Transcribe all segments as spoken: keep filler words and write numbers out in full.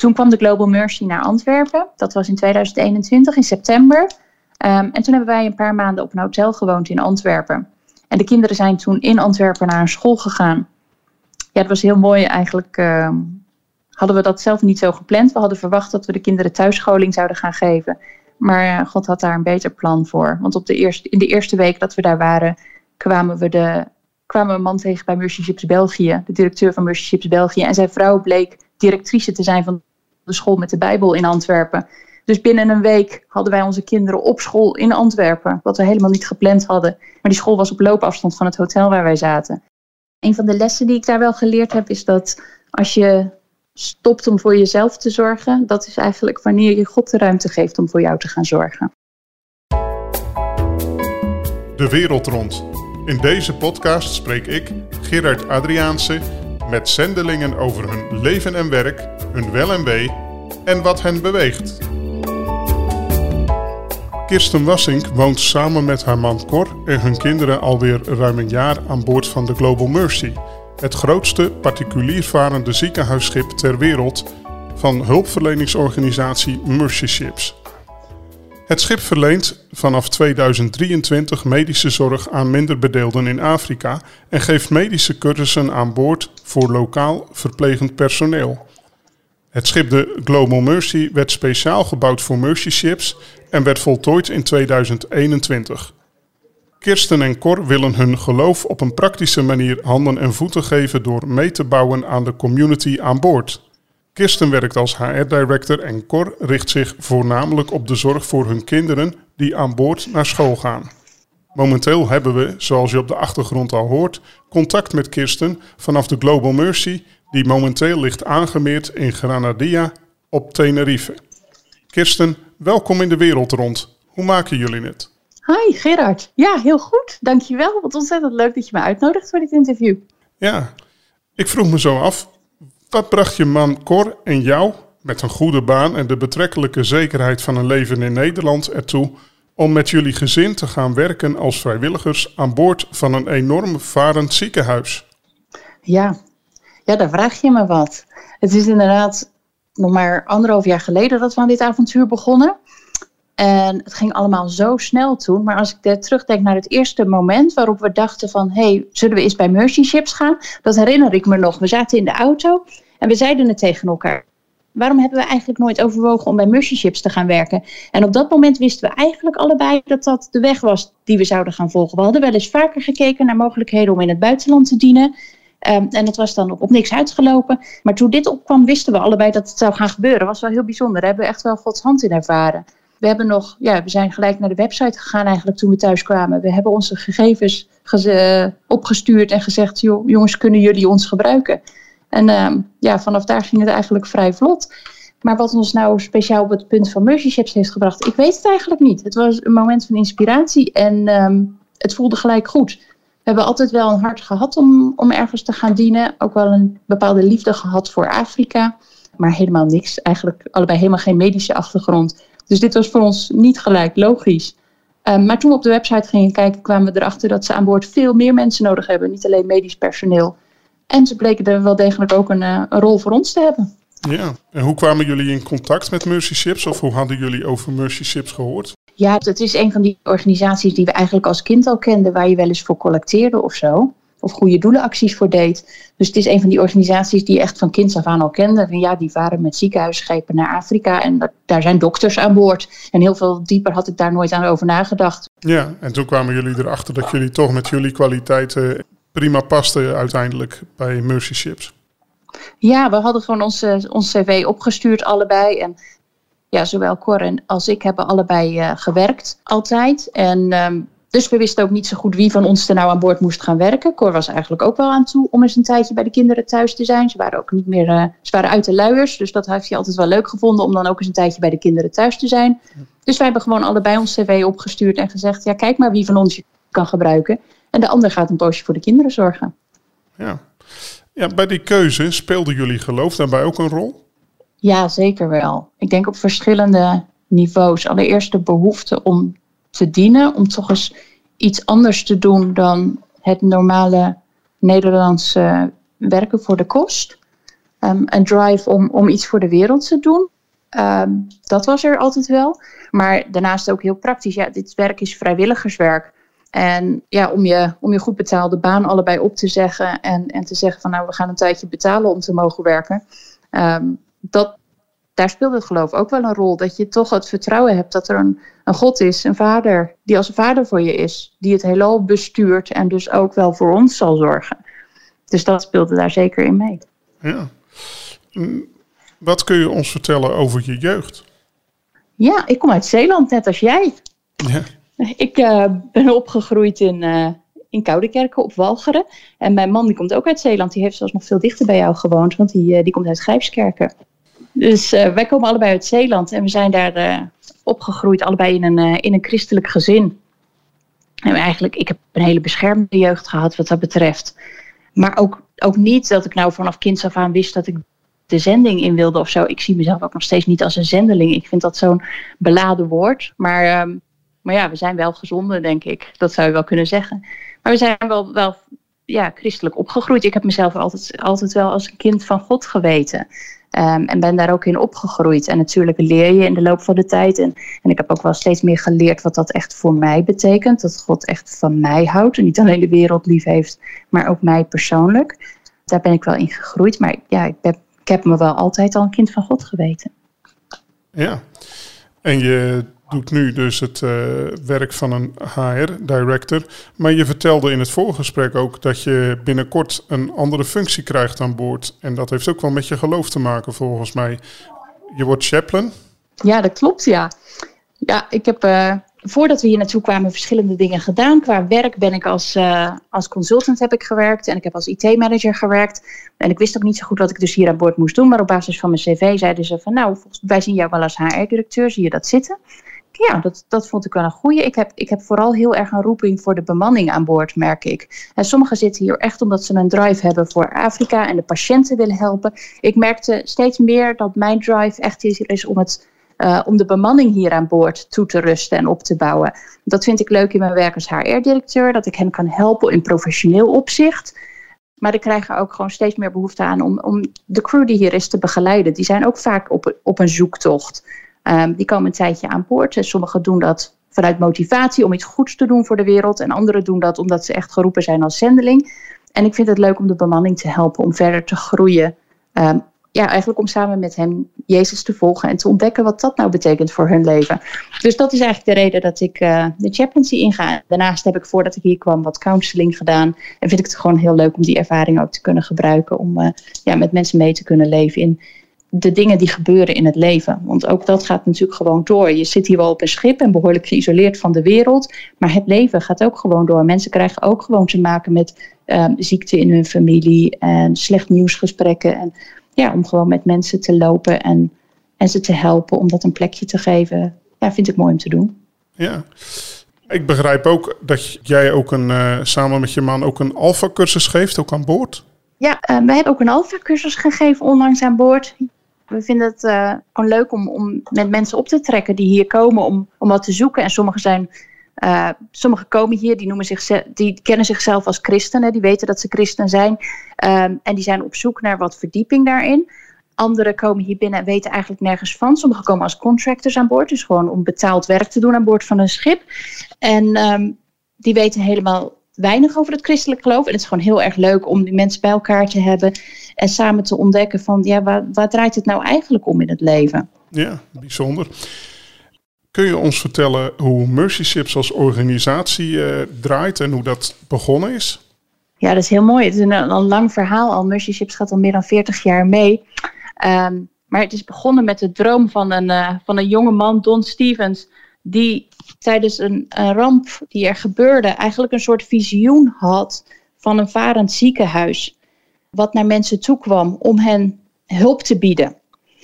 Toen kwam de Global Mercy naar Antwerpen. Dat was in tweeduizend eenentwintig, in september. Um, en toen hebben wij een paar maanden op een hotel gewoond in Antwerpen. En de kinderen zijn toen in Antwerpen naar een school gegaan. Ja, dat was heel mooi eigenlijk. Uh, hadden we dat zelf niet zo gepland. We hadden verwacht dat we de kinderen thuisscholing zouden gaan geven. Maar uh, God had daar een beter plan voor. Want op de eerste, in de eerste week dat we daar waren, kwamen we, de, kwamen we een man tegen bij Mercy Ships België. De directeur van Mercy Ships België. En zijn vrouw bleek directrice te zijn van de school met de Bijbel in Antwerpen. Dus binnen een week hadden wij onze kinderen op school in Antwerpen. Wat we helemaal niet gepland hadden. Maar die school was op loopafstand van het hotel waar wij zaten. Een van de lessen die ik daar wel geleerd heb is dat als je stopt om voor jezelf te zorgen, dat is eigenlijk wanneer je God de ruimte geeft om voor jou te gaan zorgen. De wereld rond. In deze podcast spreek ik, Gerard Adriaanse, met zendelingen over hun leven en werk, hun wel en wee en wat hen beweegt. Kirsten Wassink woont samen met haar man Cor en hun kinderen alweer ruim een jaar aan boord van de Global Mercy, het grootste particulier varende ziekenhuisschip ter wereld van hulpverleningsorganisatie Mercy Ships. Het schip verleent vanaf tweeduizend drieëntwintig medische zorg aan minderbedeelden in Afrika en geeft medische cursussen aan boord voor lokaal verplegend personeel. Het schip de Global Mercy werd speciaal gebouwd voor Mercy Ships en werd voltooid in tweeduizend eenentwintig. Kirsten en Cor willen hun geloof op een praktische manier handen en voeten geven door mee te bouwen aan de community aan boord. Kirsten werkt als H R-director en Cor richt zich voornamelijk op de zorg voor hun kinderen die aan boord naar school gaan. Momenteel hebben we, zoals je op de achtergrond al hoort, contact met Kirsten vanaf de Global Mercy, die momenteel ligt aangemeerd in Granadilla op Tenerife. Kirsten, welkom in de wereld rond. Hoe maken jullie het? Hi Gerard. Ja, heel goed. Dankjewel. Wat ontzettend leuk dat je me uitnodigt voor dit interview. Ja, ik vroeg me zo af, wat bracht je man Cor en jou, met een goede baan en de betrekkelijke zekerheid van een leven in Nederland, ertoe om met jullie gezin te gaan werken als vrijwilligers aan boord van een enorm varend ziekenhuis? Ja, ja, daar vraag je me wat. Het is inderdaad nog maar anderhalf jaar geleden dat we aan dit avontuur begonnen. En het ging allemaal zo snel toen. Maar als ik terugdenk naar het eerste moment waarop we dachten van, hé, hey, zullen we eens bij Mercy Ships gaan? Dat herinner ik me nog. We zaten in de auto en we zeiden het tegen elkaar. Waarom hebben we eigenlijk nooit overwogen om bij Mercy Ships te gaan werken? En op dat moment wisten we eigenlijk allebei dat dat de weg was die we zouden gaan volgen. We hadden wel eens vaker gekeken naar mogelijkheden om in het buitenland te dienen. Um, en dat was dan op, op niks uitgelopen. Maar toen dit opkwam wisten we allebei dat het zou gaan gebeuren. Dat was wel heel bijzonder. Daar hebben we echt wel Gods hand in ervaren. We hebben nog, ja, we zijn gelijk naar de website gegaan eigenlijk toen we thuis kwamen. We hebben onze gegevens geze- opgestuurd en gezegd, joh, jongens, kunnen jullie ons gebruiken? En um, ja, vanaf daar ging het eigenlijk vrij vlot. Maar wat ons nou speciaal op het punt van Mercy Ships heeft gebracht, ik weet het eigenlijk niet. Het was een moment van inspiratie en um, het voelde gelijk goed. We hebben altijd wel een hart gehad om, om ergens te gaan dienen. Ook wel een bepaalde liefde gehad voor Afrika. Maar helemaal niks. Eigenlijk allebei helemaal geen medische achtergrond. Dus dit was voor ons niet gelijk logisch. Um, maar toen we op de website gingen kijken, kwamen we erachter dat ze aan boord veel meer mensen nodig hebben. Niet alleen medisch personeel. En ze bleken er wel degelijk ook een, uh, een rol voor ons te hebben. Ja, en hoe kwamen jullie in contact met Mercy Ships? Of hoe hadden jullie over Mercy Ships gehoord? Ja, het is een van die organisaties die we eigenlijk als kind al kenden, waar je wel eens voor collecteerde of zo. Of goede doelenacties voor deed. Dus het is een van die organisaties die je echt van kinds af aan al kende. En ja, die varen met ziekenhuisschepen naar Afrika en dat, daar zijn dokters aan boord. En heel veel dieper had ik daar nooit aan over nagedacht. Ja, en toen kwamen jullie erachter dat jullie toch met jullie kwaliteiten prima pasten uiteindelijk bij Mercy Ships. Ja, we hadden gewoon ons, ons cv opgestuurd allebei. En ja, zowel Cor als ik hebben allebei uh, gewerkt, altijd. En um, dus we wisten ook niet zo goed wie van ons er nou aan boord moest gaan werken. Cor was eigenlijk ook wel aan toe om eens een tijdje bij de kinderen thuis te zijn. Ze waren ook niet meer, uh, ze waren uit de luiers. Dus dat heeft hij altijd wel leuk gevonden om dan ook eens een tijdje bij de kinderen thuis te zijn. Dus wij hebben gewoon allebei ons cv opgestuurd en gezegd, ja, kijk maar wie van ons je kan gebruiken. En de ander gaat een poosje voor de kinderen zorgen. Ja. Ja, bij die keuze speelde jullie geloof daarbij ook een rol? Ja, zeker wel. Ik denk op verschillende niveaus. Allereerst de behoefte om te dienen, om toch eens iets anders te doen dan het normale Nederlandse werken voor de kost. um, een drive om, om iets voor de wereld te doen. Um, dat was er altijd wel. Maar daarnaast ook heel praktisch. Ja, dit werk is vrijwilligerswerk. En ja, om je, om je goed betaalde baan allebei op te zeggen. En, en te zeggen van nou, we gaan een tijdje betalen om te mogen werken. Um, dat, daar speelt het geloof ook wel een rol. Dat je toch het vertrouwen hebt dat er een, een God is, een vader. Die als een vader voor je is. Die het heelal bestuurt en dus ook wel voor ons zal zorgen. Dus dat speelde daar zeker in mee. Ja. Wat kun je ons vertellen over je jeugd? Ja, ik kom uit Zeeland, net als jij. Ja. Ik uh, ben opgegroeid in, uh, in Koudekerke op Walcheren. En mijn man die komt ook uit Zeeland. Die heeft zelfs nog veel dichter bij jou gewoond. Want die, uh, die komt uit Grijpskerken. Dus uh, wij komen allebei uit Zeeland. En we zijn daar uh, opgegroeid. Allebei in een, uh, in een christelijk gezin. En eigenlijk, ik heb een hele beschermde jeugd gehad wat dat betreft. Maar ook, ook niet dat ik nou vanaf kinds af aan wist dat ik de zending in wilde of zo. Ik zie mezelf ook nog steeds niet als een zendeling. Ik vind dat zo'n beladen woord. Maar, um, maar ja, we zijn wel gezonden, denk ik. Dat zou je wel kunnen zeggen. Maar we zijn wel, wel ja, christelijk opgegroeid. Ik heb mezelf altijd, altijd wel als een kind van God geweten. Um, en ben daar ook in opgegroeid. En natuurlijk leer je in de loop van de tijd. En, en ik heb ook wel steeds meer geleerd wat dat echt voor mij betekent. Dat God echt van mij houdt. En niet alleen de wereld lief heeft, maar ook mij persoonlijk. Daar ben ik wel in gegroeid. Maar ja, ik, ben, ik heb me wel altijd al een kind van God geweten. Ja, en je doet nu dus het uh, werk van een H R-director. Maar je vertelde in het voorgesprek ook dat je binnenkort een andere functie krijgt aan boord. En dat heeft ook wel met je geloof te maken volgens mij. Je wordt chaplain? Ja, dat klopt, ja. Ja, ik heb, uh, voordat we hier naartoe kwamen, verschillende dingen gedaan. Qua werk ben ik als, uh, als consultant heb ik gewerkt. En ik heb als I T-manager gewerkt. En ik wist ook niet zo goed wat ik dus hier aan boord moest doen. Maar op basis van mijn cv zeiden ze van, nou, wij zien jou wel als H R-directeur. Zie je dat zitten? Ja, dat, dat vond ik wel een goeie. Ik heb, ik heb vooral heel erg een roeping voor de bemanning aan boord, merk ik. En sommigen zitten hier echt omdat ze een drive hebben voor Afrika en de patiënten willen helpen. Ik merkte steeds meer dat mijn drive echt is om, het, uh, om de bemanning hier aan boord toe te rusten en op te bouwen. Dat vind ik leuk in mijn werk als H R-directeur, dat ik hen kan helpen in professioneel opzicht. Maar ik krijg er ook gewoon steeds meer behoefte aan om, om de crew die hier is te begeleiden. Die zijn ook vaak op, op een zoektocht. Um, die komen een tijdje aan boord. En sommigen doen dat vanuit motivatie om iets goeds te doen voor de wereld. En anderen doen dat omdat ze echt geroepen zijn als zendeling. En ik vind het leuk om de bemanning te helpen om verder te groeien. Um, ja, eigenlijk om samen met hem Jezus te volgen en te ontdekken wat dat nou betekent voor hun leven. Dus dat is eigenlijk de reden dat ik uh, de chaplaincy inga. Daarnaast heb ik voordat ik hier kwam wat counseling gedaan. En vind ik het gewoon heel leuk om die ervaring ook te kunnen gebruiken. Om uh, ja, met mensen mee te kunnen leven in de dingen die gebeuren in het leven. Want ook dat gaat natuurlijk gewoon door. Je zit hier wel op een schip en behoorlijk geïsoleerd van de wereld. Maar het leven gaat ook gewoon door. Mensen krijgen ook gewoon te maken met uh, ziekte in hun familie en slecht nieuwsgesprekken. En ja, om gewoon met mensen te lopen en, en ze te helpen om dat een plekje te geven. Ja, vind ik mooi om te doen. Ja, ik begrijp ook dat jij ook een, uh, samen met je man ook een alpha-cursus geeft, ook aan boord. Ja, uh, wij hebben ook een alpha-cursus gegeven onlangs aan boord. We vinden het uh, gewoon leuk om, om met mensen op te trekken die hier komen om, om wat te zoeken. En sommigen zijn, uh, sommigen komen hier, die, noemen zich, die kennen zichzelf als christenen. Die weten dat ze christen zijn. Um, en die zijn op zoek naar wat verdieping daarin. Anderen komen hier binnen en weten eigenlijk nergens van. Sommigen komen als contractors aan boord. Dus gewoon om betaald werk te doen aan boord van een schip. En um, die weten helemaal weinig over het christelijk geloof. En het is gewoon heel erg leuk om die mensen bij elkaar te hebben. En samen te ontdekken van, ja, waar, waar draait het nou eigenlijk om in het leven? Ja, bijzonder. Kun je ons vertellen hoe Mercy Ships als organisatie uh, draait en hoe dat begonnen is? Ja, dat is heel mooi. Het is een, een lang verhaal al. Mercy Ships gaat al meer dan veertig jaar mee. Um, maar het is begonnen met de droom van een, uh, van een jonge man, Don Stevens, die tijdens een, een ramp die er gebeurde eigenlijk een soort visioen had van een varend ziekenhuis. Wat naar mensen toe kwam om hen hulp te bieden.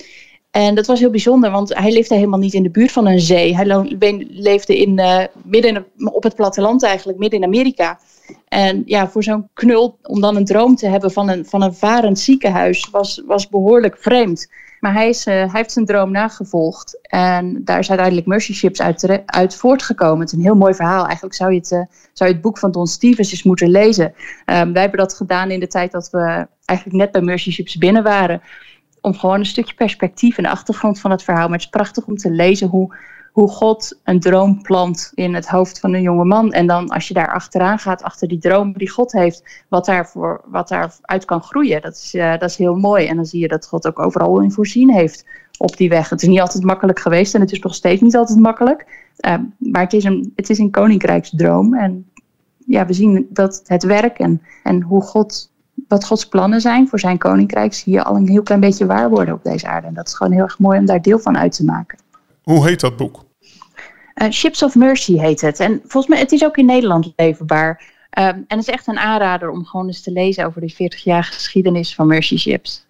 En dat was heel bijzonder, want hij leefde helemaal niet in de buurt van een zee. Hij leefde in, uh, midden in, op het platteland eigenlijk, midden in Amerika. En ja, voor zo'n knul om dan een droom te hebben van een, van een varend ziekenhuis was, was behoorlijk vreemd. Maar hij, is, uh, hij heeft zijn droom nagevolgd. En daar is uiteindelijk Mercy Ships uit, uit voortgekomen. Het is een heel mooi verhaal. Eigenlijk zou je het, uh, zou je het boek van Don Stephens eens moeten lezen. Um, wij hebben dat gedaan in de tijd dat we eigenlijk net bij Mercy Ships binnen waren. Om gewoon een stukje perspectief en de achtergrond van het verhaal. Maar het is prachtig om te lezen hoe, hoe God een droom plant in het hoofd van een jonge man. En dan als je daar achteraan gaat, achter die droom die God heeft, wat daarvoor, wat daaruit kan groeien. Dat is, uh, dat is heel mooi. En dan zie je dat God ook overal in voorzien heeft op die weg. Het is niet altijd makkelijk geweest en het is nog steeds niet altijd makkelijk. Uh, maar het is een, het is een koninkrijksdroom. En ja, we zien dat het werk en, en hoe God... wat Gods plannen zijn voor zijn koninkrijk, zie je al een heel klein beetje waar worden op deze aarde. En dat is gewoon heel erg mooi om daar deel van uit te maken. Hoe heet dat boek? Uh, Ships of Mercy heet het. En volgens mij, het is ook in Nederland leverbaar. Um, en het is echt een aanrader om gewoon eens te lezen over de veertigjarige geschiedenis van Mercy Ships.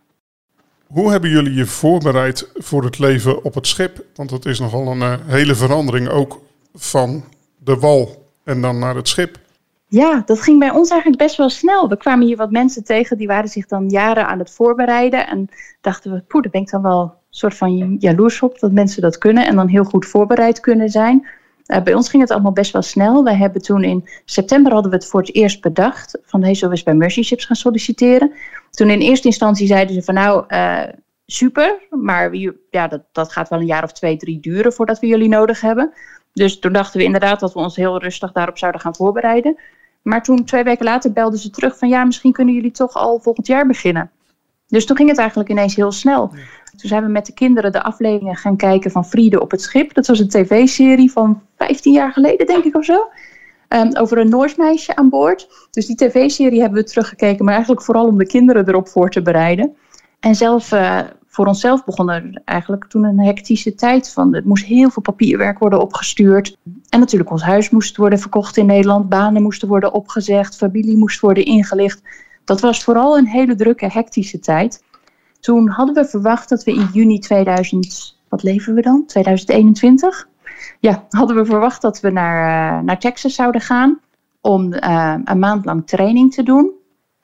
Hoe hebben jullie je voorbereid voor het leven op het schip? Want het is nogal een uh, hele verandering ook van de wal en dan naar het schip. Ja, dat ging bij ons eigenlijk best wel snel. We kwamen hier wat mensen tegen, die waren zich dan jaren aan het voorbereiden. En dachten we, poeh, daar ben ik dan wel een soort van jaloers op, dat mensen dat kunnen en dan heel goed voorbereid kunnen zijn. Uh, bij ons ging het allemaal best wel snel. Wij hebben toen in september hadden we het voor het eerst bedacht. Van, hey, zullen we eens bij Mercy Ships gaan solliciteren? Toen in eerste instantie zeiden ze van, nou, uh, super. Maar ja, dat, dat gaat wel een jaar of twee, drie duren voordat we jullie nodig hebben. Dus toen dachten we inderdaad dat we ons heel rustig daarop zouden gaan voorbereiden. Maar toen, twee weken later, belden ze terug van, ja, misschien kunnen jullie toch al volgend jaar beginnen. Dus toen ging het eigenlijk ineens heel snel. Ja. Toen zijn we met de kinderen de afleveringen gaan kijken van Friede op het schip. Dat was een tv-serie van vijftien jaar geleden, denk ik, of zo. Um, over een Noors meisje aan boord. Dus die tv-serie hebben we teruggekeken, maar eigenlijk vooral om de kinderen erop voor te bereiden. En zelf, uh, voor onszelf begon er eigenlijk toen een hectische tijd van. Het moest heel veel papierwerk worden opgestuurd. En natuurlijk ons huis moest worden verkocht in Nederland. Banen moesten worden opgezegd. Familie moest worden ingelicht. Dat was vooral een hele drukke, hectische tijd. Toen hadden we verwacht dat we in juni tweeduizend... Wat leven we dan? tweeduizend eenentwintig? Ja, hadden we verwacht dat we naar, uh, naar Texas zouden gaan. Om uh, een maand lang training te doen.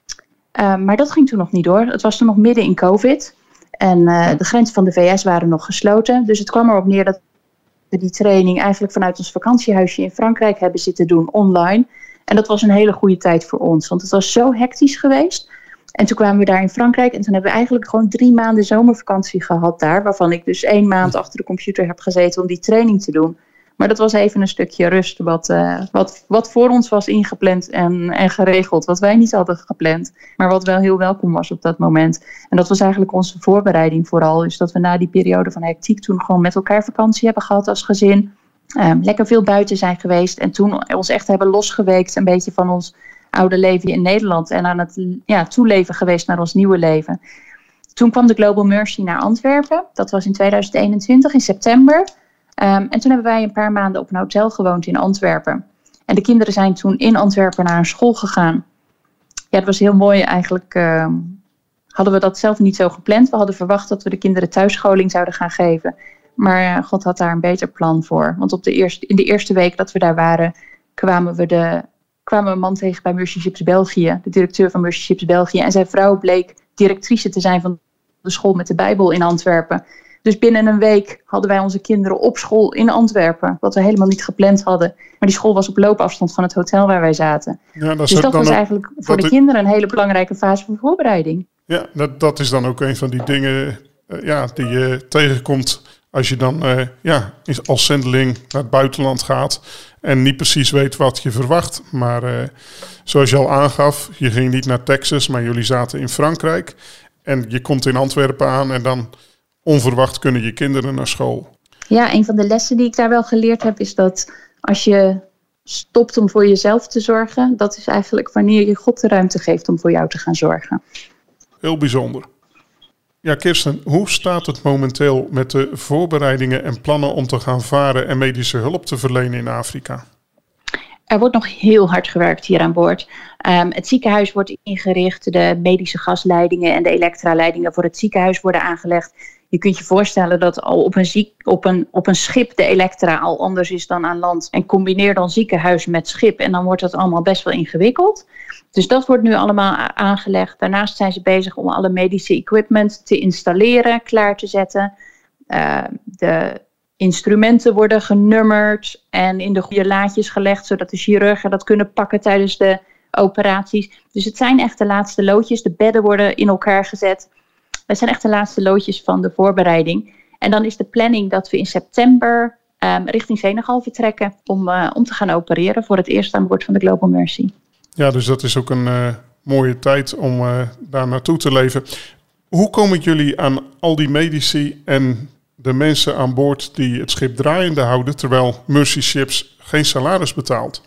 Uh, maar dat ging toen nog niet door. Het was toen nog midden in COVID. En uh, de grenzen van de V S waren nog gesloten. Dus het kwam erop neer dat we die training eigenlijk vanuit ons vakantiehuisje in Frankrijk hebben zitten doen online. En dat was een hele goede tijd voor ons. Want het was zo hectisch geweest. En toen kwamen we daar in Frankrijk. En toen hebben we eigenlijk gewoon drie maanden zomervakantie gehad daar. Waarvan ik dus één maand achter de computer heb gezeten om die training te doen. Maar dat was even een stukje rust wat, uh, wat, wat voor ons was ingepland en, en geregeld. Wat wij niet hadden gepland, maar wat wel heel welkom was op dat moment. En dat was eigenlijk onze voorbereiding vooral. Dus dat we na die periode van hectiek toen gewoon met elkaar vakantie hebben gehad als gezin. Um, lekker veel buiten zijn geweest. En toen ons echt hebben losgeweekt een beetje van ons oude leven in Nederland. En aan het ja, toeleven geweest naar ons nieuwe leven. Toen kwam de Global Mercy naar Antwerpen. Dat was in tweeduizend eenentwintig, in september. Um, en toen hebben wij een paar maanden op een hotel gewoond in Antwerpen. En de kinderen zijn toen in Antwerpen naar een school gegaan. Ja, dat was heel mooi eigenlijk. Uh, hadden we dat zelf niet zo gepland. We hadden verwacht dat we de kinderen thuisscholing zouden gaan geven. Maar uh, God had daar een beter plan voor. Want op de eerste, in de eerste week dat we daar waren, kwamen we, de, kwamen we een man tegen bij Mercy Ships België. De directeur van Mercy Ships België. En zijn vrouw bleek directrice te zijn van de school met de Bijbel in Antwerpen. Dus binnen een week hadden wij onze kinderen op school in Antwerpen. Wat we helemaal niet gepland hadden. Maar die school was op loopafstand van het hotel waar wij zaten. Ja, dat dus dat was ook, eigenlijk voor de ik, kinderen een hele belangrijke fase van voorbereiding. Ja, dat, dat is dan ook een van die dingen uh, ja, die je tegenkomt als je dan uh, ja, als zendeling naar het buitenland gaat. En niet precies weet wat je verwacht. Maar uh, zoals je al aangaf, je ging niet naar Texas, maar jullie zaten in Frankrijk. En je komt in Antwerpen aan en dan onverwacht kunnen je kinderen naar school. Ja, een van de lessen die ik daar wel geleerd heb is dat als je stopt om voor jezelf te zorgen, dat is eigenlijk wanneer je God de ruimte geeft om voor jou te gaan zorgen. Heel bijzonder. Ja, Kirsten, hoe staat het momenteel met de voorbereidingen en plannen om te gaan varen en medische hulp te verlenen in Afrika? Er wordt nog heel hard gewerkt hier aan boord. Um, het ziekenhuis wordt ingericht, de medische gasleidingen en de elektraleidingen voor het ziekenhuis worden aangelegd. Je kunt je voorstellen dat al op een, ziek, op een, op een schip de elektra al anders is dan aan land. En combineer dan ziekenhuis met schip en dan wordt dat allemaal best wel ingewikkeld. Dus dat wordt nu allemaal aangelegd. Daarnaast zijn ze bezig om alle medische equipment te installeren, klaar te zetten. Uh, de instrumenten worden genummerd en in de goede laadjes gelegd, zodat de chirurgen dat kunnen pakken tijdens de operaties. Dus het zijn echt de laatste loodjes. De bedden worden in elkaar gezet. Het zijn echt de laatste loodjes van de voorbereiding. En dan is de planning dat we in september um, richting Senegal vertrekken om, uh, om te gaan opereren voor het eerst aan boord van de Global Mercy. Ja, dus dat is ook een uh, mooie tijd om uh, daar naartoe te leven. Hoe komen jullie aan al die medici en de mensen aan boord die het schip draaiende houden, terwijl Mercy Ships geen salaris betaalt?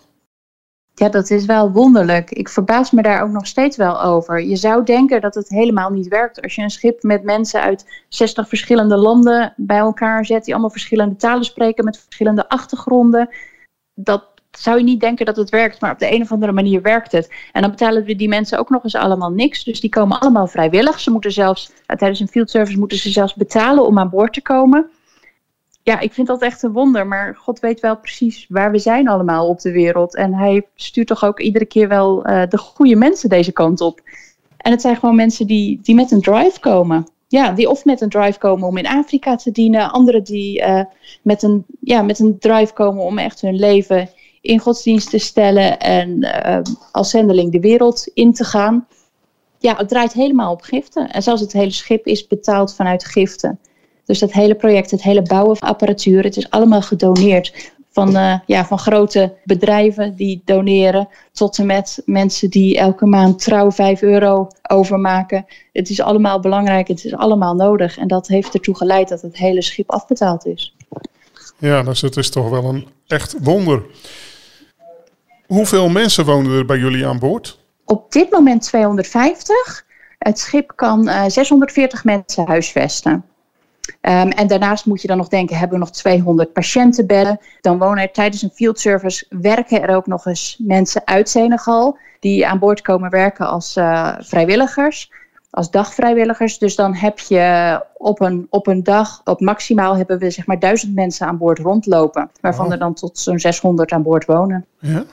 Ja, dat is wel wonderlijk. Ik verbaas me daar ook nog steeds wel over. Je zou denken dat het helemaal niet werkt. Als je een schip met mensen uit zestig verschillende landen bij elkaar zet, die allemaal verschillende talen spreken met verschillende achtergronden, dat zou je niet denken dat het werkt, maar op de een of andere manier werkt het. En dan betalen we die mensen ook nog eens allemaal niks. Dus die komen allemaal vrijwillig. Ze moeten zelfs, tijdens een field service moeten ze zelfs betalen om aan boord te komen. Ja, ik vind dat echt een wonder. Maar God weet wel precies waar we zijn allemaal op de wereld. En hij stuurt toch ook iedere keer wel uh, de goede mensen deze kant op. En het zijn gewoon mensen die, die met een drive komen. Ja, die of met een drive komen om in Afrika te dienen. Anderen die uh, met, een, ja, met een drive komen om echt hun leven in godsdienst te stellen en uh, als zendeling de wereld in te gaan. Ja, het draait helemaal op giften. En zelfs het hele schip is betaald vanuit giften. Dus dat hele project, het hele bouwen van apparatuur, het is allemaal gedoneerd. Van, uh, ja, van grote bedrijven die doneren tot en met mensen die elke maand trouw vijf euro overmaken. Het is allemaal belangrijk, het is allemaal nodig. En dat heeft ertoe geleid dat het hele schip afbetaald is. Ja, dus het is toch wel een echt wonder. Hoeveel mensen wonen er bij jullie aan boord? Op dit moment tweehonderdvijftig. Het schip kan uh, zeshonderdveertig mensen huisvesten. Um, en daarnaast moet je dan nog denken, hebben we nog tweehonderd patiëntenbedden. Dan wonen er tijdens een field service, werken er ook nog eens mensen uit Senegal die aan boord komen werken als uh, vrijwilligers, als dagvrijwilligers. Dus dan heb je op een, op een dag, op maximaal hebben we zeg maar duizend mensen aan boord rondlopen, waarvan oh. er dan tot zo'n zeshonderd aan boord wonen. Ja.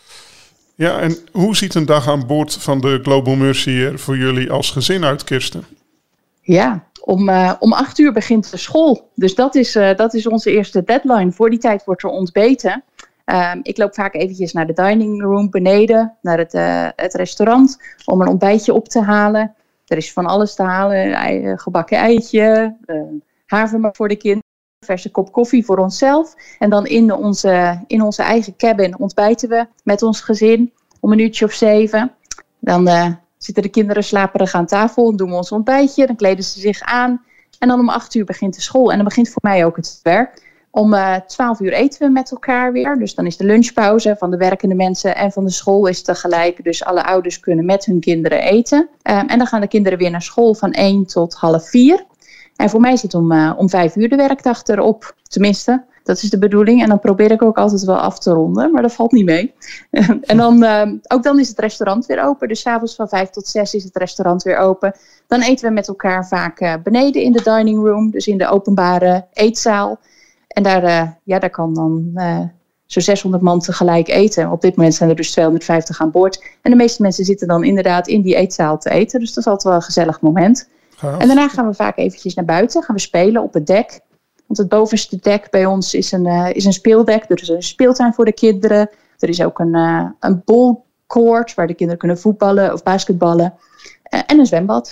Ja, en hoe ziet een dag aan boord van de Global Mercy er voor jullie als gezin uit, Kirsten? Ja, om, uh, om acht uur begint de school. Dus dat is, uh, dat is onze eerste deadline. Voor die tijd wordt er ontbeten. Uh, ik loop vaak eventjes naar de dining room beneden, naar het, uh, het restaurant, om een ontbijtje op te halen. Er is van alles te halen, ei, gebakken eitje, uh, havermelk voor de kinderen, verse kop koffie voor onszelf. En dan in onze, in onze eigen cabin ontbijten we met ons gezin om een uurtje of zeven. Dan uh, zitten de kinderen slaperig aan tafel, dan doen we ons ontbijtje, dan kleden ze zich aan. En dan om acht uur begint de school en dan begint voor mij ook het werk. Om uh, twaalf uur eten we met elkaar weer. Dus dan is de lunchpauze van de werkende mensen en van de school is tegelijk. Dus alle ouders kunnen met hun kinderen eten. Um, en dan gaan de kinderen weer naar school van één tot half vier. En voor mij zit om, uh, om vijf uur de werkdag erop. Tenminste, dat is de bedoeling. En dan probeer ik ook altijd wel af te ronden. Maar dat valt niet mee. En dan, uh, ook dan is het restaurant weer open. Dus 's avonds van vijf tot zes is het restaurant weer open. Dan eten we met elkaar vaak uh, beneden in de dining room. Dus in de openbare eetzaal. En daar, uh, ja, daar kan dan uh, zo'n zeshonderd man tegelijk eten. Op dit moment zijn er dus tweehonderdvijftig aan boord. En de meeste mensen zitten dan inderdaad in die eetzaal te eten. Dus dat is altijd wel een gezellig moment. Gaaf. En daarna gaan we vaak eventjes naar buiten. Gaan we spelen op het dek. Want het bovenste dek bij ons is een, uh, is een speeldek. Er is een speeltuin voor de kinderen. Er is ook een, uh, een ballcourt waar de kinderen kunnen voetballen of basketballen. Uh, en een zwembad.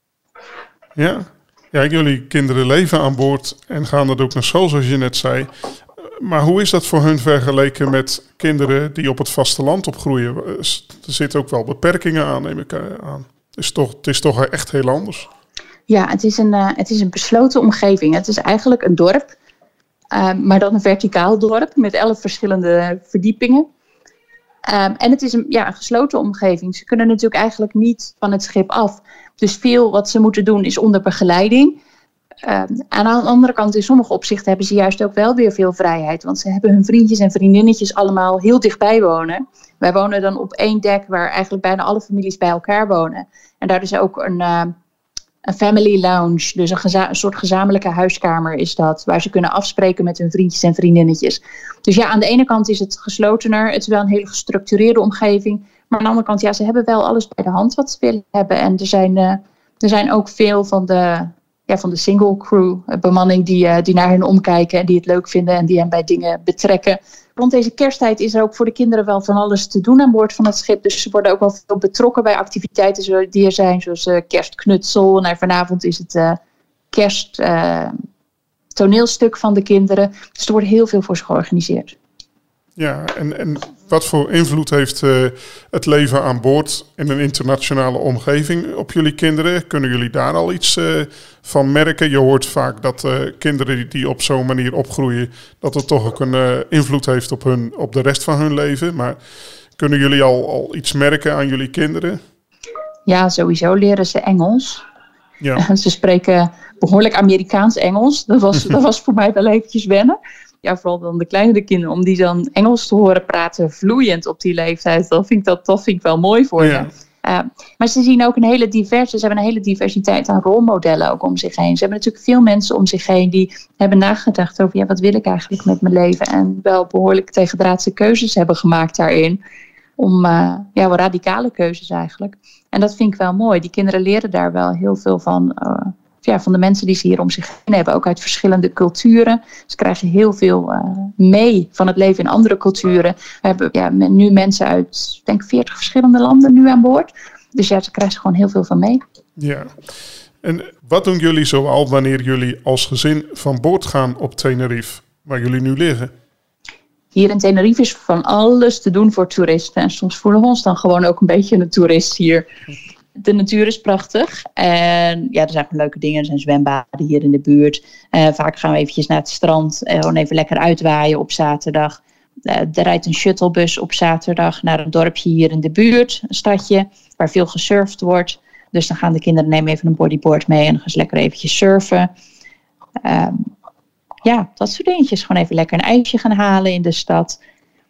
Ja. Ja, jullie kinderen leven aan boord en gaan dat ook naar school, zoals je net zei. Maar hoe is dat voor hun vergeleken met kinderen die op het vasteland opgroeien? Er zitten ook wel beperkingen aan, neem ik aan. Het is toch, het is toch echt heel anders? Ja, het is een, uh, het is een besloten omgeving. Het is eigenlijk een dorp, uh, maar dan een verticaal dorp met elf verschillende verdiepingen. Um, en het is een, ja, een gesloten omgeving. Ze kunnen natuurlijk eigenlijk niet van het schip af. Dus veel wat ze moeten doen is onder begeleiding. Um, aan de andere kant, in sommige opzichten hebben ze juist ook wel weer veel vrijheid. Want ze hebben hun vriendjes en vriendinnetjes allemaal heel dichtbij wonen. Wij wonen dan op één dek waar eigenlijk bijna alle families bij elkaar wonen. En daar is ook een, uh, een family lounge. Dus een, geza- een soort gezamenlijke huiskamer is dat. Waar ze kunnen afspreken met hun vriendjes en vriendinnetjes. Dus ja, aan de ene kant is het geslotener. Het is wel een hele gestructureerde omgeving. Maar aan de andere kant, ja, ze hebben wel alles bij de hand wat ze willen hebben. En er zijn, uh, er zijn ook veel van de, ja, van de single crew uh, bemanning die, uh, die naar hen omkijken. En die het leuk vinden en die hen bij dingen betrekken. Rond deze kersttijd is er ook voor de kinderen wel van alles te doen aan boord van het schip. Dus ze worden ook wel veel betrokken bij activiteiten die er zijn. Zoals uh, kerstknutsel. En vanavond is het uh, kerst uh, toneelstuk van de kinderen. Dus er wordt heel veel voor ze georganiseerd. Ja, en, en wat voor invloed heeft uh, het leven aan boord in een internationale omgeving op jullie kinderen? Kunnen jullie daar al iets uh, van merken? Je hoort vaak dat uh, kinderen die, die op zo'n manier opgroeien, dat het toch ook een uh, invloed heeft op, hun, op de rest van hun leven. Maar kunnen jullie al, al iets merken aan jullie kinderen? Ja, sowieso leren ze Engels. Ja. Ze spreken behoorlijk Amerikaans Engels. Dat was, dat was voor mij wel eventjes wennen. Ja, vooral dan de kleinere kinderen, om die dan Engels te horen praten vloeiend op die leeftijd. Dat vind ik, dat, dat vind ik wel mooi voor ja. ze. Uh, maar ze zien ook een hele diverse, ze hebben een hele diversiteit aan rolmodellen ook om zich heen. Ze hebben natuurlijk veel mensen om zich heen die hebben nagedacht over, ja, wat wil ik eigenlijk met mijn leven? En wel behoorlijk tegendraadse keuzes hebben gemaakt daarin. Om, uh, ja, wel radicale keuzes eigenlijk. En dat vind ik wel mooi. Die kinderen leren daar wel heel veel van. Uh, Ja, van de mensen die ze hier om zich heen hebben, ook uit verschillende culturen. Ze krijgen heel veel uh, mee van het leven in andere culturen. We hebben ja, nu mensen uit, ik denk, veertig verschillende landen nu aan boord. Dus ja, ze krijgen gewoon heel veel van mee. Ja, en wat doen jullie zoal wanneer jullie als gezin van boord gaan op Tenerife, waar jullie nu liggen? Hier in Tenerife is van alles te doen voor toeristen. En soms voelen we ons dan gewoon ook een beetje een toerist hier. De natuur is prachtig. En ja, er zijn gewoon leuke dingen. Er zijn zwembaden hier in de buurt. Uh, vaak gaan we eventjes naar het strand. En gewoon even lekker uitwaaien op zaterdag. Uh, er rijdt een shuttlebus op zaterdag naar een dorpje hier in de buurt. Een stadje waar veel gesurfd wordt. Dus dan gaan de kinderen nemen even een bodyboard mee. En dan gaan ze lekker eventjes surfen. Um, ja, dat soort dingetjes. Gewoon even lekker een ijsje gaan halen in de stad.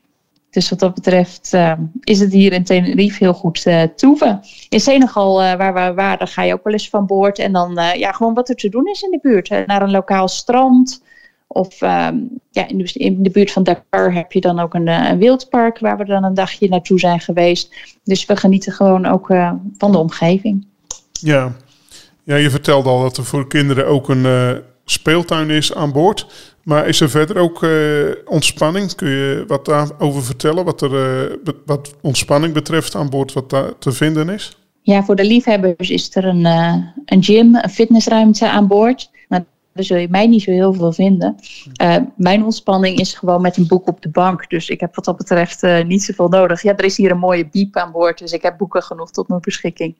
Dus wat dat betreft uh, is het hier in Tenerife heel goed uh, toeven. In Senegal, uh, waar we waren, ga je ook wel eens van boord. En dan uh, ja, gewoon wat er te doen is in de buurt. Uh, naar een lokaal strand. Of um, ja, in, de, in de buurt van Dakar heb je dan ook een, uh, een wildpark waar we dan een dagje naartoe zijn geweest. Dus we genieten gewoon ook uh, van de omgeving. Ja. ja, je vertelde al dat er voor kinderen ook een uh, speeltuin is aan boord. Maar is er verder ook uh, ontspanning? Kun je wat daarover vertellen? Wat, er, uh, be- wat ontspanning betreft aan boord, wat daar te vinden is? Ja, voor de liefhebbers is er een, uh, een gym, een fitnessruimte aan boord. Maar daar zul je mij niet zo heel veel vinden. Uh, mijn ontspanning is gewoon met een boek op de bank. Dus ik heb wat dat betreft uh, niet zoveel nodig. Ja, er is hier een mooie biep aan boord. Dus ik heb boeken genoeg tot mijn beschikking.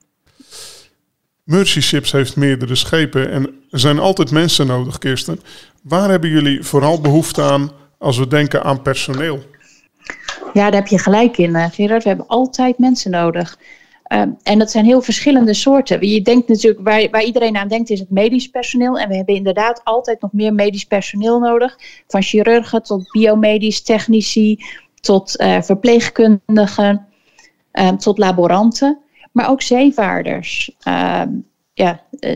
Mercy Ships heeft meerdere schepen en er zijn altijd mensen nodig, Kirsten. Waar hebben jullie vooral behoefte aan als we denken aan personeel? Ja, daar heb je gelijk in, uh, Gerard. We hebben altijd mensen nodig. Uh, en dat zijn heel verschillende soorten. Je denkt natuurlijk, waar, waar iedereen aan denkt, is het medisch personeel. En we hebben inderdaad altijd nog meer medisch personeel nodig. Van chirurgen tot biomedisch technici, tot uh, verpleegkundigen, uh, tot laboranten. Maar ook zeevaarders, uh, ja, uh,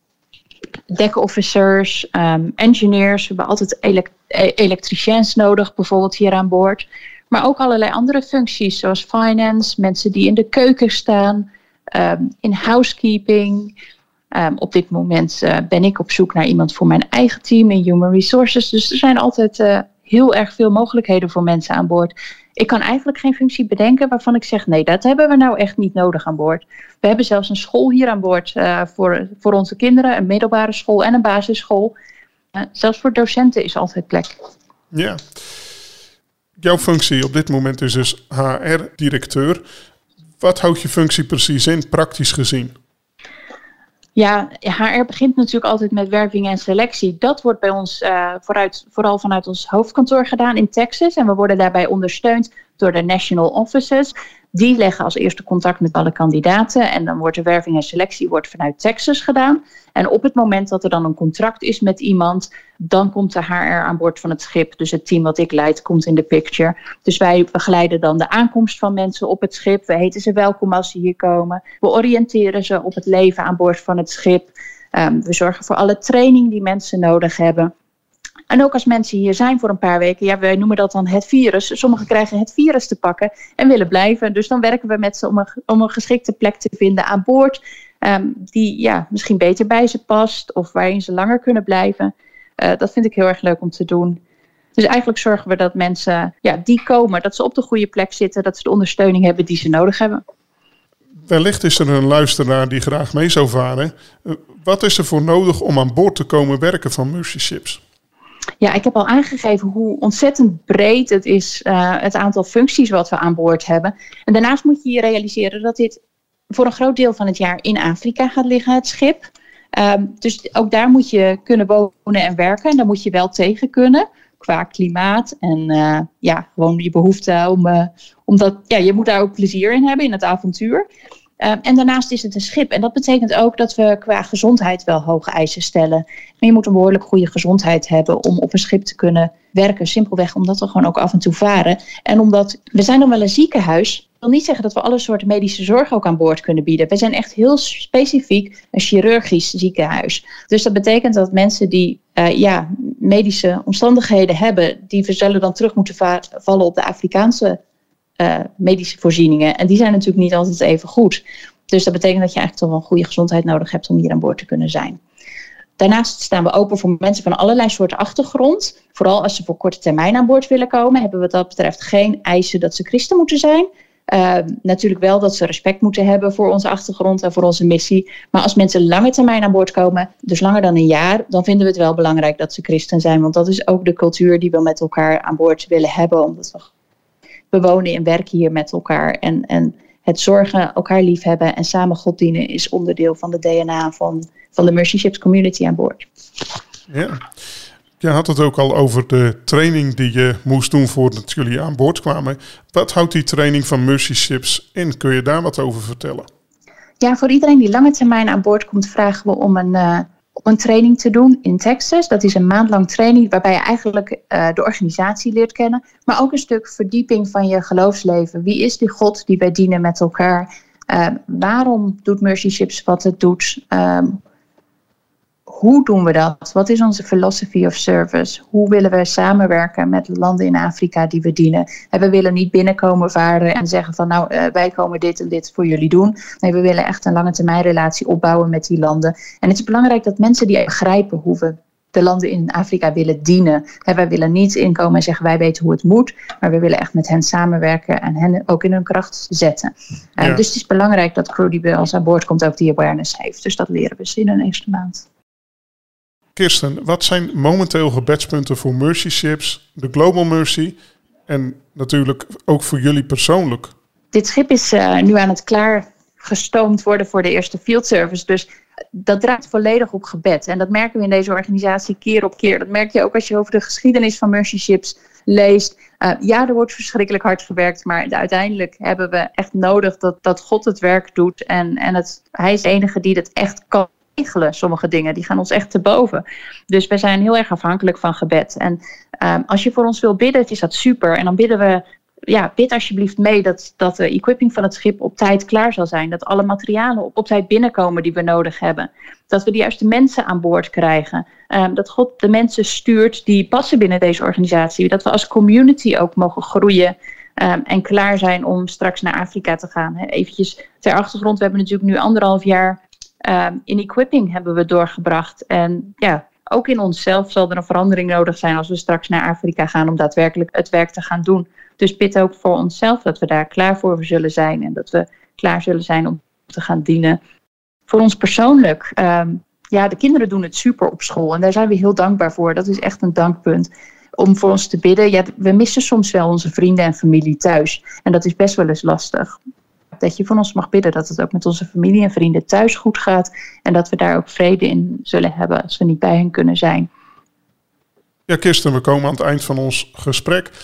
deckofficers, um, engineers. We hebben altijd elect- elektriciens nodig, bijvoorbeeld hier aan boord. Maar ook allerlei andere functies, zoals finance, mensen die in de keuken staan, um, in housekeeping. Um, op dit moment uh, ben ik op zoek naar iemand voor mijn eigen team in Human Resources. Dus er zijn altijd uh, heel erg veel mogelijkheden voor mensen aan boord. Ik kan eigenlijk geen functie bedenken waarvan ik zeg, nee, dat hebben we nou echt niet nodig aan boord. We hebben zelfs een school hier aan boord uh, voor, voor onze kinderen, een middelbare school en een basisschool. Uh, zelfs voor docenten is altijd plek. Ja. Jouw functie op dit moment is dus H R-directeur. Wat houdt je functie precies in, praktisch gezien? Ja, H R begint natuurlijk altijd met werving en selectie. Dat wordt bij ons uh, vooruit, vooral vanuit ons hoofdkantoor gedaan in Texas. En we worden daarbij ondersteund door de national offices. Die leggen als eerste contact met alle kandidaten. En dan wordt de werving en selectie wordt vanuit Texas gedaan. En op het moment dat er dan een contract is met iemand, dan komt de H R aan boord van het schip. Dus het team wat ik leid komt in de picture. Dus wij begeleiden dan de aankomst van mensen op het schip. We heten ze welkom als ze hier komen. We oriënteren ze op het leven aan boord van het schip. Um, we zorgen voor alle training die mensen nodig hebben. En ook als mensen hier zijn voor een paar weken, ja, wij noemen dat dan het virus. Sommigen krijgen het virus te pakken en willen blijven. Dus dan werken we met ze om een, om een geschikte plek te vinden aan boord. Um, die ja, misschien beter bij ze past of waarin ze langer kunnen blijven. Uh, dat vind ik heel erg leuk om te doen. Dus eigenlijk zorgen we dat mensen ja, die komen, dat ze op de goede plek zitten, dat ze de ondersteuning hebben die ze nodig hebben. Wellicht is er een luisteraar die graag mee zou varen. Uh, wat is er voor nodig om aan boord te komen werken van Mercy Ships? Ja, ik heb al aangegeven hoe ontzettend breed het is, uh, het aantal functies wat we aan boord hebben. En daarnaast moet je je realiseren dat dit voor een groot deel van het jaar in Afrika gaat liggen, het schip. Um, dus ook daar moet je kunnen wonen en werken. En daar moet je wel tegen kunnen, qua klimaat en uh, ja, gewoon je behoefte om, uh, omdat ja, je moet daar ook plezier in hebben, in het avontuur. Uh, en daarnaast is het een schip. En dat betekent ook dat we qua gezondheid wel hoge eisen stellen. Maar je moet een behoorlijk goede gezondheid hebben om op een schip te kunnen werken. Simpelweg omdat we gewoon ook af en toe varen. En omdat, we zijn dan wel een ziekenhuis. Dat wil niet zeggen dat we alle soorten medische zorg ook aan boord kunnen bieden. We zijn echt heel specifiek een chirurgisch ziekenhuis. Dus dat betekent dat mensen die uh, ja, medische omstandigheden hebben, die zullen dan terug moeten va- vallen op de Afrikaanse Uh, medische voorzieningen. En die zijn natuurlijk niet altijd even goed. Dus dat betekent dat je eigenlijk toch wel een goede gezondheid nodig hebt om hier aan boord te kunnen zijn. Daarnaast staan we open voor mensen van allerlei soorten achtergrond. Vooral als ze voor korte termijn aan boord willen komen, hebben we wat dat betreft geen eisen dat ze christen moeten zijn. Uh, natuurlijk wel dat ze respect moeten hebben voor onze achtergrond en voor onze missie. Maar als mensen lange termijn aan boord komen, dus langer dan een jaar, dan vinden we het wel belangrijk dat ze christen zijn. Want dat is ook de cultuur die we met elkaar aan boord willen hebben, omdat we We wonen en werken hier met elkaar. En, en het zorgen, elkaar liefhebben en samen God dienen is onderdeel van de D N A van, van de Mercy Ships community aan boord. Ja, je had het ook al over de training die je moest doen voordat jullie aan boord kwamen. Wat houdt die training van Mercy Ships in? Kun je daar wat over vertellen? Ja, voor iedereen die lange termijn aan boord komt, vragen we om een, uh, om een training te doen in Texas. Dat is een maandlang training waarbij je eigenlijk uh, de organisatie leert kennen. Maar ook een stuk verdieping van je geloofsleven. Wie is die God die wij dienen met elkaar? Uh, waarom doet Mercy Ships wat het doet? Um, hoe doen we dat? Wat is onze philosophy of service? Hoe willen we samenwerken met landen in Afrika die we dienen? En we willen niet binnenkomen varen en zeggen van nou, uh, wij komen dit en dit voor jullie doen. Nee, we willen echt een lange termijn relatie opbouwen met die landen. En het is belangrijk dat mensen die begrijpen hoe we de landen in Afrika willen dienen. En wij willen niet inkomen en zeggen wij weten hoe het moet. Maar we willen echt met hen samenwerken en hen ook in hun kracht zetten. Uh, ja. Dus het is belangrijk dat crew die bij ons aan boord komt ook die awareness heeft. Dus dat leren we ze in een eerste maand. Kirsten, wat zijn momenteel gebedspunten voor Mercy Ships, de Global Mercy en natuurlijk ook voor jullie persoonlijk? Dit schip is uh, nu aan het klaargestoomd worden voor de eerste field service. Dus dat draait volledig op gebed. En dat merken we in deze organisatie keer op keer. Dat merk je ook als je over de geschiedenis van Mercy Ships leest. Uh, ja, er wordt verschrikkelijk hard gewerkt, maar uiteindelijk hebben we echt nodig dat, dat God het werk doet. En, en het, hij is de enige die dat echt kan. Sommige dingen, die gaan ons echt te boven. Dus we zijn heel erg afhankelijk van gebed. En um, als je voor ons wil bidden, is dat super. En dan bidden we, ja, bid alsjeblieft mee dat, dat de equipping van het schip op tijd klaar zal zijn. Dat alle materialen op, op tijd binnenkomen die we nodig hebben. Dat we de juiste mensen aan boord krijgen. Um, dat God de mensen stuurt die passen binnen deze organisatie. Dat we als community ook mogen groeien. Um, en klaar zijn om straks naar Afrika te gaan. He, eventjes ter achtergrond, we hebben natuurlijk nu anderhalf jaar Um, in equipping hebben we doorgebracht. En ja, ook in onszelf zal er een verandering nodig zijn als we straks naar Afrika gaan om daadwerkelijk het werk te gaan doen. Dus bid ook voor onszelf dat we daar klaar voor zullen zijn en dat we klaar zullen zijn om te gaan dienen. Voor ons persoonlijk, um, ja, de kinderen doen het super op school en daar zijn we heel dankbaar voor. Dat is echt een dankpunt om voor ons te bidden. Ja, we missen soms wel onze vrienden en familie thuis en dat is best wel eens lastig. Dat je van ons mag bidden dat het ook met onze familie en vrienden thuis goed gaat. En dat we daar ook vrede in zullen hebben als we niet bij hen kunnen zijn. Ja, Kirsten, we komen aan het eind van ons gesprek.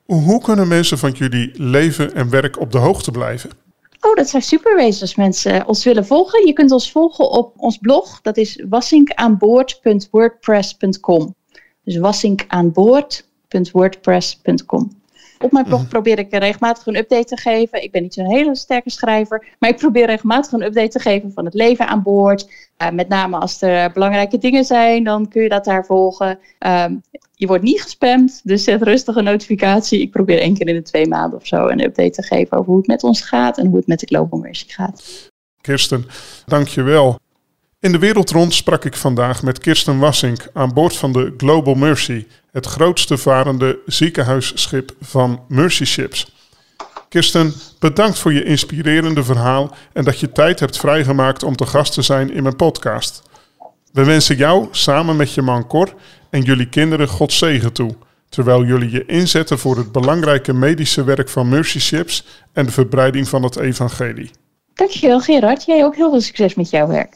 Hoe kunnen mensen van jullie leven en werk op de hoogte blijven? Oh, dat zou super wezen als mensen ons willen volgen. Je kunt ons volgen op ons blog. Dat is wassinkaanboord punt wordpress punt com. Dus wassinkaanboord punt wordpress punt com. Op mijn blog probeer ik regelmatig een update te geven. Ik ben niet zo'n hele sterke schrijver, maar ik probeer regelmatig een update te geven van het leven aan boord. Uh, met name als er belangrijke dingen zijn, dan kun je dat daar volgen. Um, je wordt niet gespamd, dus zet rustig een notificatie. Ik probeer één keer in de twee maanden of zo een update te geven over hoe het met ons gaat en hoe het met de Global Mercy gaat. Kirsten, dank je wel. In de wereld rond sprak ik vandaag met Kirsten Wassink aan boord van de Global Mercy, het grootste varende ziekenhuisschip van Mercy Ships. Kirsten, bedankt voor je inspirerende verhaal en dat je tijd hebt vrijgemaakt om te gast te zijn in mijn podcast. We wensen jou samen met je man Cor en jullie kinderen Gods zegen toe, terwijl jullie je inzetten voor het belangrijke medische werk van Mercy Ships en de verbreiding van het evangelie. Dankjewel Gerard, jij ook heel veel succes met jouw werk.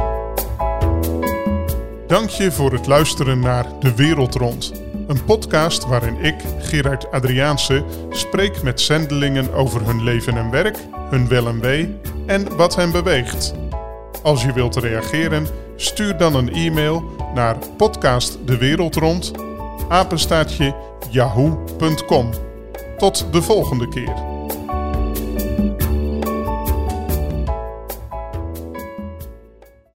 Dank je voor het luisteren naar De Wereld Rond. Een podcast waarin ik, Gerard Adriaanse, spreek met zendelingen over hun leven en werk, hun wel en wee en wat hen beweegt. Als je wilt reageren, stuur dan een e-mail naar podcastdewereldrond, apenstaartje yahoo punt com. Tot de volgende keer.